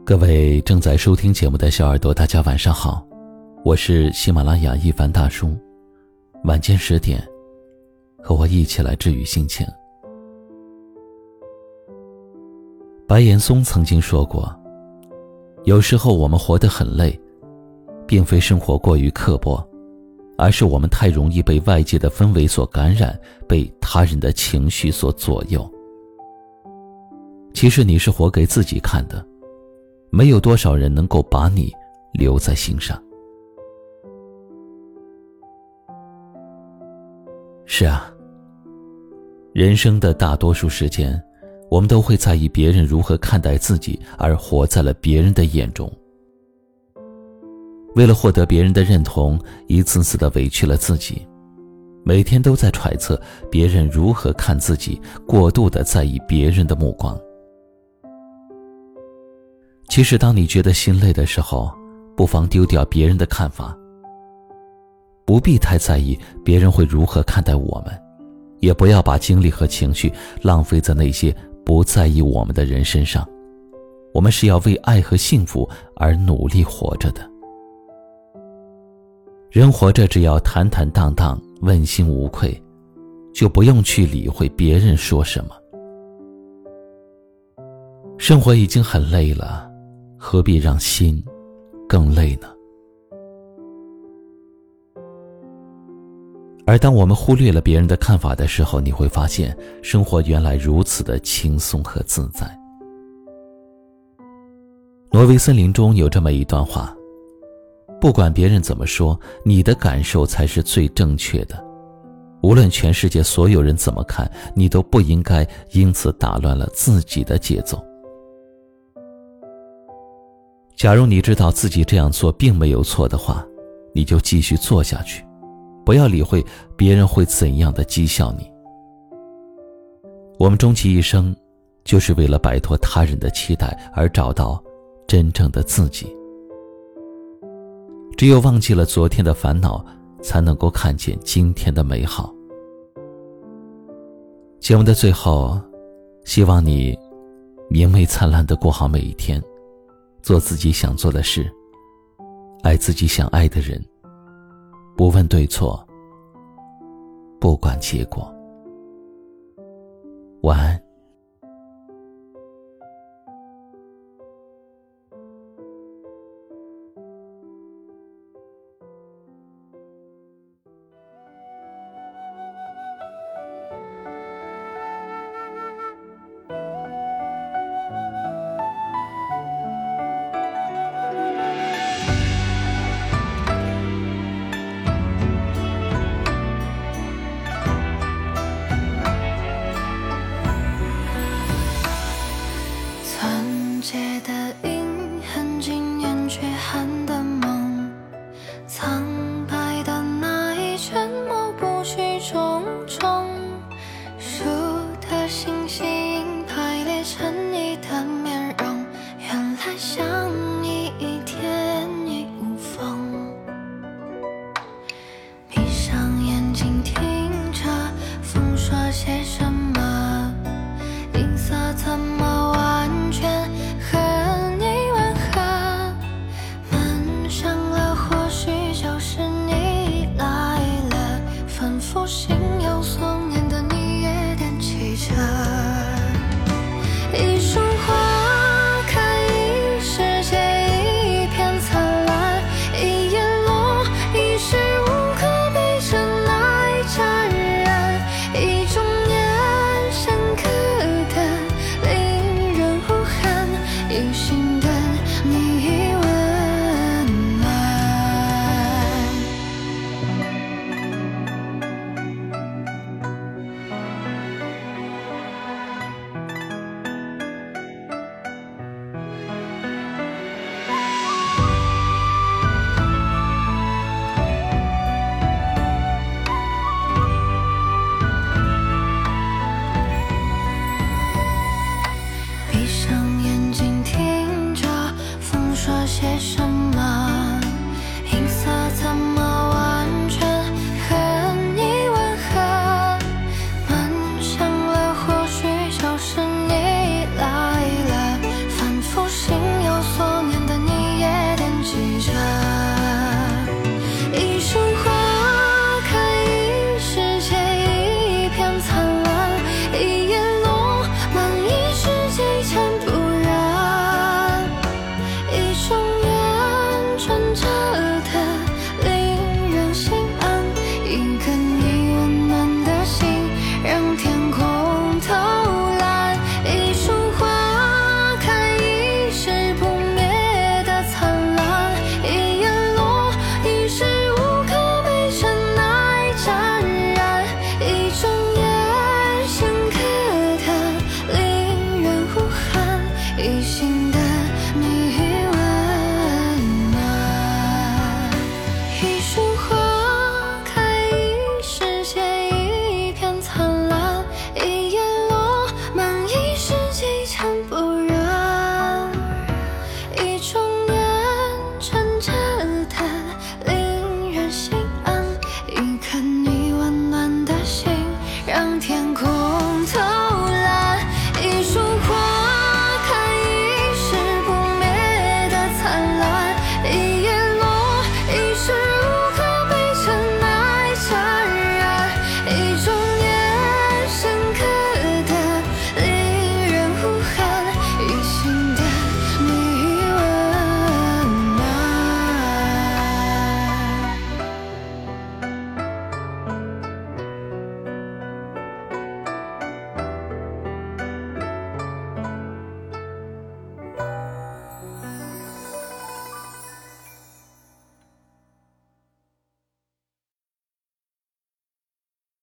各位正在收听节目的小耳朵，大家晚上好，我是喜马拉雅一凡大叔。晚间10点，和我一起来治愈心情。白岩松曾经说过，有时候我们活得很累，并非生活过于刻薄，而是我们太容易被外界的氛围所感染，被他人的情绪所左右。其实你是活给自己看的，没有多少人能够把你留在心上。是啊，人生的大多数时间，我们都会在意别人如何看待自己，而活在了别人的眼中。为了获得别人的认同，一次次地委屈了自己，每天都在揣测别人如何看自己，过度地在意别人的目光。其实当你觉得心累的时候，不妨丢掉别人的看法，不必太在意别人会如何看待我们，也不要把精力和情绪浪费在那些不在意我们的人身上。我们是要为爱和幸福而努力活着的。人活着只要坦坦荡荡，问心无愧，就不用去理会别人说什么。生活已经很累了，何必让心更累呢？而当我们忽略了别人的看法的时候，你会发现生活原来如此的轻松和自在。挪威森林中有这么一段话，不管别人怎么说，你的感受才是最正确的。无论全世界所有人怎么看，你都不应该因此打乱了自己的节奏。假如你知道自己这样做并没有错的话，你就继续做下去，不要理会别人会怎样的讥笑你。我们终其一生，就是为了摆脱他人的期待而找到真正的自己。只有忘记了昨天的烦恼，才能够看见今天的美好。节目的最后，希望你明媚灿烂地过好每一天，做自己想做的事，爱自己想爱的人，不问对错，不管结果。晚安。 结的印，痕迹年缺憾的梦，苍白的那一圈抹不去重重，数的星星排列成你的面容，原来像你一天亦无风。闭上眼睛听着风说些什么，音色怎么完全和你吻合，门上了或许就是你来了，反复心有所念的你也踮起着。一束花开，一世界，一片灿烂，一叶落，一时无可悲伤来沾染，一种眼深刻的令人无憾，有心的你温暖。 一个